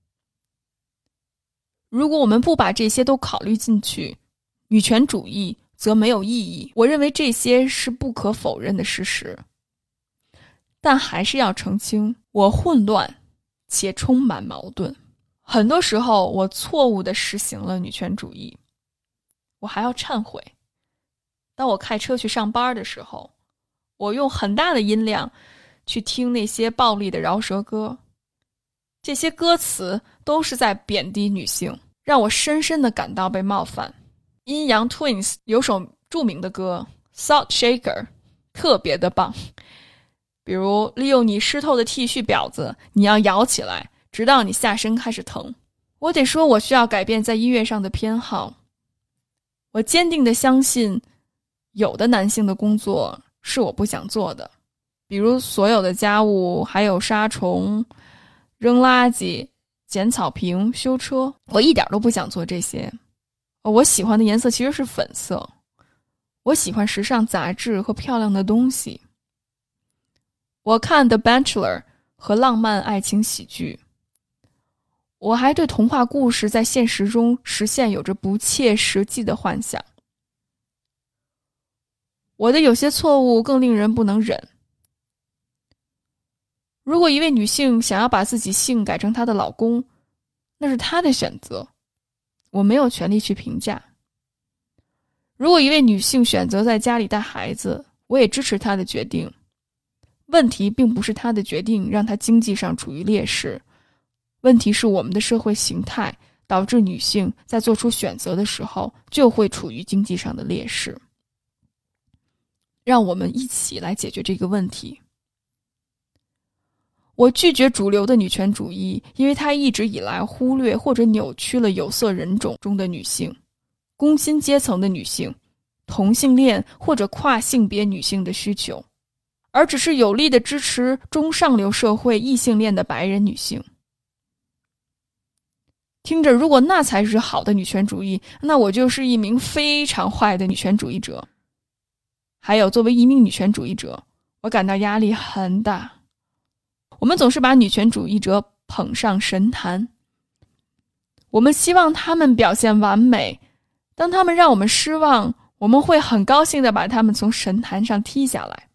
如果我们不把这些都考虑进去，女权主义则没有意义。我认为这些是不可否认的事实。但还是要澄清，我混乱且充满矛盾。很多时候我错误地实行了女权主义，我还要忏悔。当我开车去上班的时候，我用很大的音量去听那些暴力的饶舌歌，这些歌词都是在贬低女性，让我深深地感到被冒犯。阴阳 Twins 有首著名的歌 Salt Shaker 特别的棒，比如利用你湿透的 T 恤婊子，你要摇起来直到你下身开始疼。我得说，我需要改变在音乐上的偏好。我坚定地相信，有的男性的工作是我不想做的，比如所有的家务，还有杀虫、扔垃圾、捡草坪、修车，我一点都不想做这些。我喜欢的颜色其实是粉色，我喜欢时尚杂志和漂亮的东西。我看 The Bachelor 和浪漫爱情喜剧。我还对童话故事在现实中实现有着不切实际的幻想。我的有些错误更令人不能忍。如果一位女性想要把自己姓改成她的老公，那是她的选择，我没有权利去评价。如果一位女性选择在家里带孩子，我也支持她的决定。问题并不是她的决定让她经济上处于劣势，问题是我们的社会形态导致女性在做出选择的时候就会处于经济上的劣势。让我们一起来解决这个问题。我拒绝主流的女权主义，因为它一直以来忽略或者扭曲了有色人种中的女性、工薪阶层的女性、同性恋或者跨性别女性的需求，而只是有力地支持中上流社会异性恋的白人女性。听着，如果那才是好的女权主义，那我就是一名非常坏的女权主义者。还有，作为一名女权主义者，我感到压力很大。我们总是把女权主义者捧上神坛，我们希望他们表现完美，当他们让我们失望，我们会很高兴地把他们从神坛上踢下来。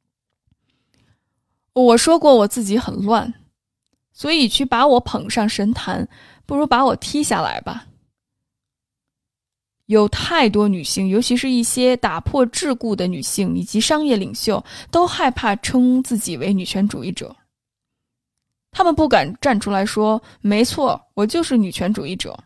我说过我自己很乱，所以去把我捧上神坛，不如把我踢下来吧。有太多女性，尤其是一些打破桎梏的女性以及商业领袖，都害怕称自己为女权主义者。他们不敢站出来说，没错，我就是女权主义者。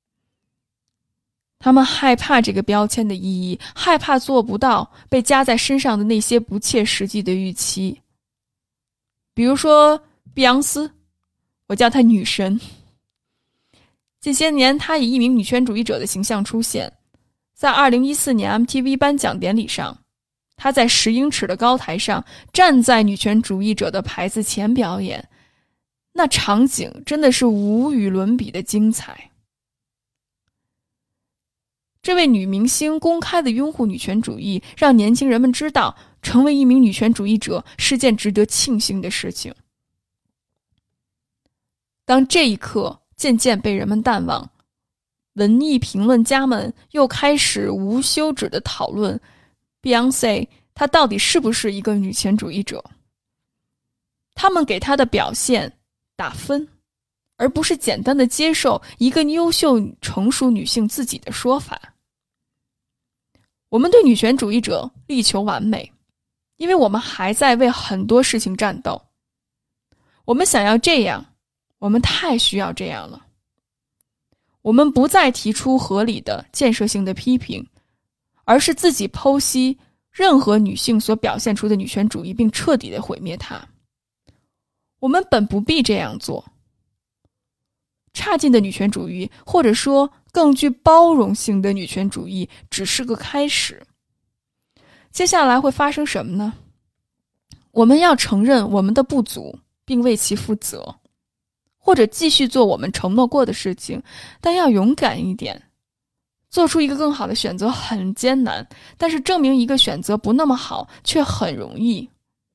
他们害怕这个标签的意义，害怕做不到被加在身上的那些不切实际的预期。比如说碧昂斯，我叫她女神。近些年，她以一名女权主义者的形象出现。在2014年 MTV 颁奖典礼上，她在10英尺的高台上站在女权主义者的牌子前表演，那场景真的是无与伦比的精彩。这位女明星公开的拥护女权主义，让年轻人们知道，成为一名女权主义者是件值得庆幸的事情。当这一刻渐渐被人们淡忘，文艺评论家们又开始无休止地讨论 Beyoncé 她到底是不是一个女权主义者。他们给她的表现打分，而不是简单地接受一个优秀成熟女性自己的说法。我们对女权主义者力求完美，因为我们还在为很多事情战斗。我们想要这样，我们太需要这样了。我们不再提出合理的建设性的批评，而是自己剖析任何女性所表现出的女权主义，并彻底地毁灭它。我们本不必这样做。差劲的女权主义，或者说更具包容性的女权主义，只是个开始。接下来会发生什么呢？我们要承认我们的不足，并为其负责，或者继续做我们承诺过的事情，但要勇敢一点， 做出一个更好的选择很艰难，但是证明一个选择不那么好却很容易。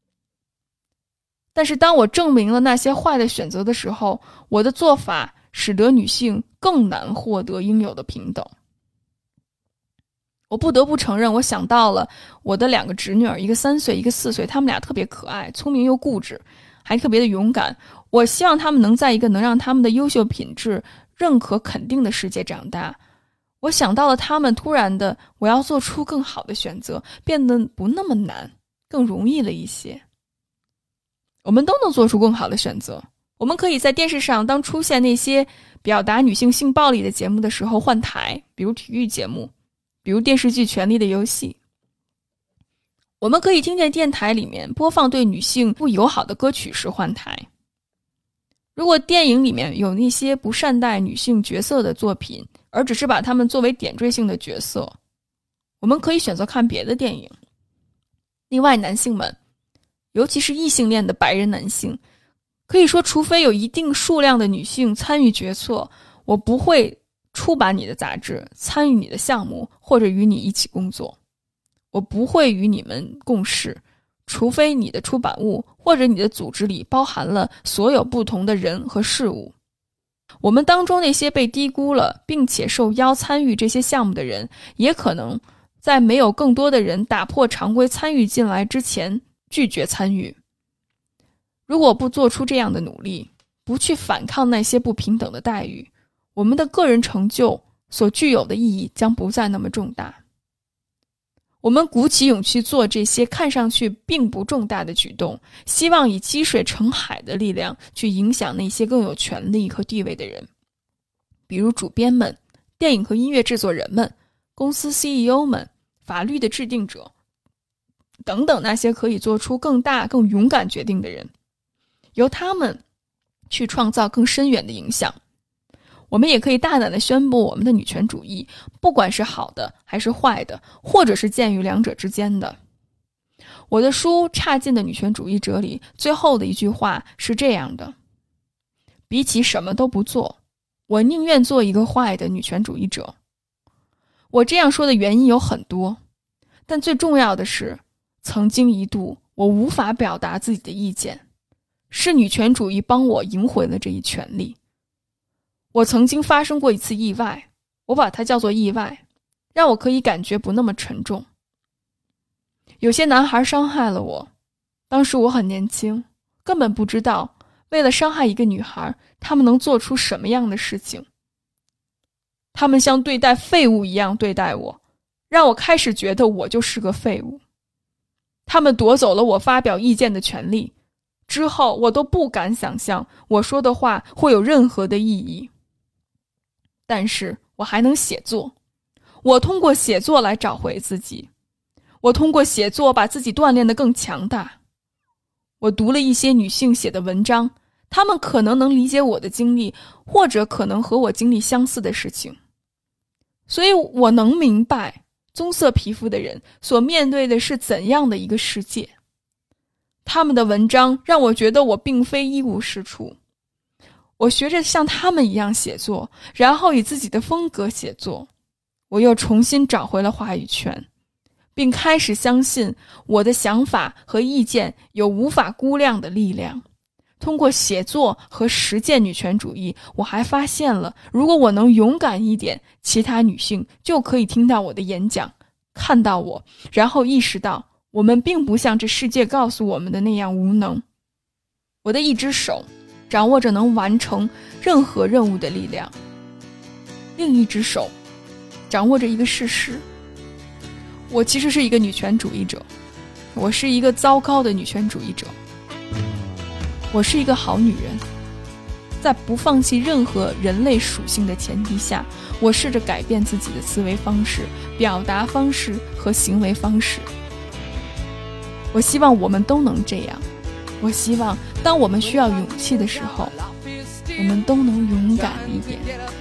但是当我证明了那些坏的选择的时候，我的做法使得女性更难获得应有的平等。我不得不承认，我想到了我的2个侄女儿，一个3岁，一个4岁，她们俩特别可爱，聪明又固执，还特别的勇敢。我希望她们能在一个能让她们的优秀品质认可肯定的世界长大。我想到了她们突然的，我要做出更好的选择，变得不那么难，更容易了一些。我们都能做出更好的选择。我们可以在电视上，当出现那些表达女性性暴力的节目的时候换台，比如体育节目，比如电视剧《权力的游戏》。我们可以听见电台里面播放对女性不友好的歌曲时换台。如果电影里面有那些不善待女性角色的作品，而只是把她们作为点缀性的角色，我们可以选择看别的电影。另外，男性们，尤其是异性恋的白人男性，可以说除非有一定数量的女性参与决策，我不会出版你的杂志，参与你的项目，或者与你一起工作。我不会与你们共事，除非你的出版物或者你的组织里包含了所有不同的人和事物。我们当中那些被低估了并且受邀参与这些项目的人，也可能在没有更多的人打破常规参与进来之前拒绝参与。如果不做出这样的努力，不去反抗那些不平等的待遇，我们的个人成就所具有的意义将不再那么重大。我们鼓起勇气做这些看上去并不重大的举动，希望以积水成海的力量去影响那些更有权力和地位的人，比如主编们、电影和音乐制作人们、公司 CEO 们、法律的制定者等等，那些可以做出更大更勇敢决定的人，由他们去创造更深远的影响。我们也可以大胆地宣布我们的女权主义，不管是好的还是坏的，或者是介于两者之间的。我的书《差劲的女权主义者》里最后的一句话是这样的：比起什么都不做，我宁愿做一个坏的女权主义者。我这样说的原因有很多，但最重要的是，曾经一度我无法表达自己的意见，是女权主义帮我赢回了这一权利。我曾经发生过一次意外，我把它叫做意外，让我可以感觉不那么沉重。有些男孩伤害了我，当时我很年轻，根本不知道为了伤害一个女孩，他们能做出什么样的事情。他们像对待废物一样对待我，让我开始觉得我就是个废物。他们夺走了我发表意见的权利，之后我都不敢想象我说的话会有任何的意义。但是我还能写作，我通过写作来找回自己，我通过写作把自己锻炼得更强大。我读了一些女性写的文章，她们可能能理解我的经历，或者可能和我经历相似的事情，所以我能明白棕色皮肤的人所面对的是怎样的一个世界。他们的文章让我觉得我并非一无是处，我学着像他们一样写作，然后以自己的风格写作，我又重新找回了话语权，并开始相信我的想法和意见有无法估量的力量。通过写作和实践女权主义，我还发现了，如果我能勇敢一点，其他女性就可以听到我的演讲，看到我，然后意识到我们并不像这世界告诉我们的那样无能。我的一只手掌握着能完成任何任务的力量，另一只手掌握着一个事实：我其实是一个女权主义者，我是一个糟糕的女权主义者。我是一个好女人，在不放弃任何人类属性的前提下，我试着改变自己的思维方式、表达方式和行为方式。我希望我们都能这样，我希望当我们需要勇气的时候，我们都能勇敢一点。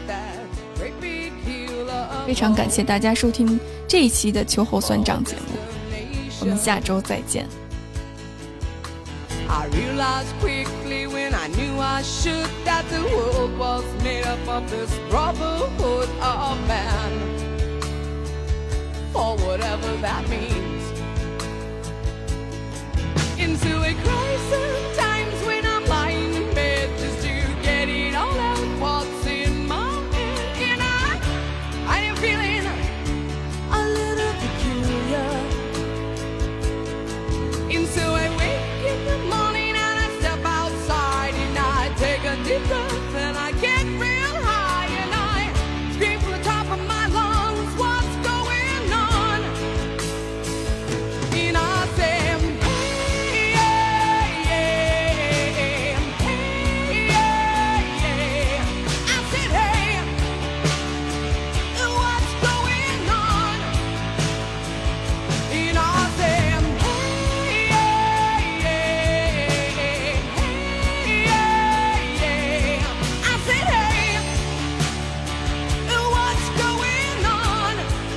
非常感谢大家收听这一期的秋后算账节目，我们下周再见。 I realized quickly when I knew I should that the world was made up of this brotherhood of man. that means. Into a crisis, times when I'm lying in bed just to get it all out what's in my head. And I am feeling a little peculiar. And so I wake in the morning and I step outside and I take a deep breath and I get real high and I scream from the top of my lungs, what's going on? And I say, hey, yeah, yeah, hey, yeah, yeah. I said, hey, what's going on? And I said, hey, yeah, yeah, hey, yeah, yeah. I said, hey, what's going on?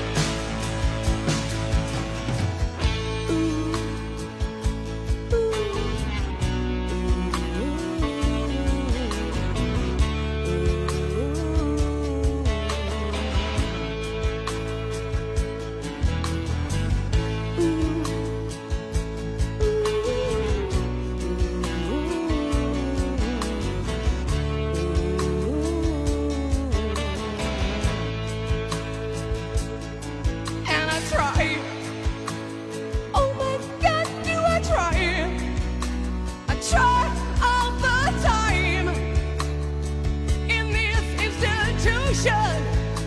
And I try. Oh my God, do I try? I try all the time in this institution.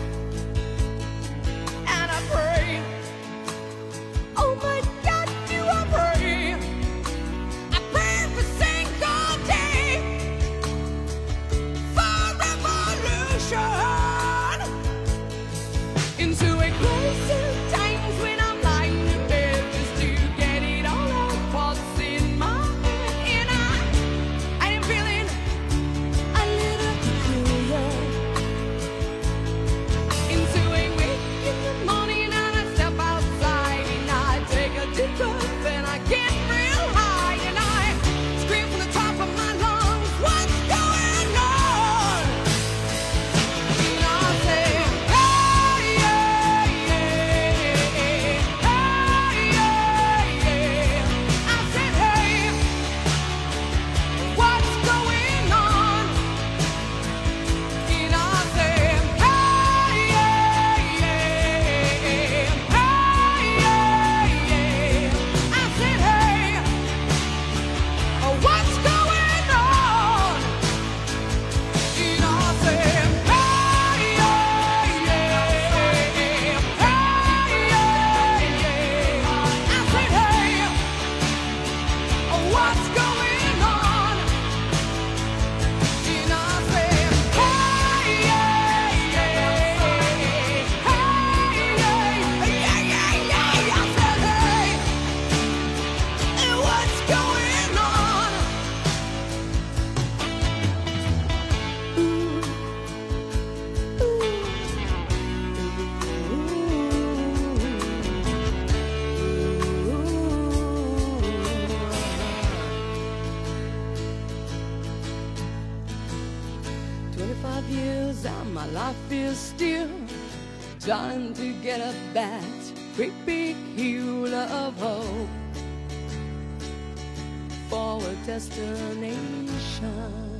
And I pray. Oh my God, do I pray? I pray every single day for revolution. Into a crisis, times when I'm lying in bed just to get it all out what's in my head. And I am feeling a little peculiar. Into a wake in the morning and I step outside and I take a deep breath and I get real high and I scream from the top of my lungs, what's going on? And I say, hey, yeah, yeah, hey, yeah, yeah. I said, hey, what's going on? And I said, hey, yeah, yeah, hey, yeah, yeah. I said, hey, what's going on? And I said, hey, yeah, yeah, hey, yeah, yeah. I said, hey, what's going on? And I said, hey, yeah, yeah, hey, yeah, yeah. I said, hey, what's going on? Ooh. 25 years and my life is still trying to get up that great big hill of hope for a destination.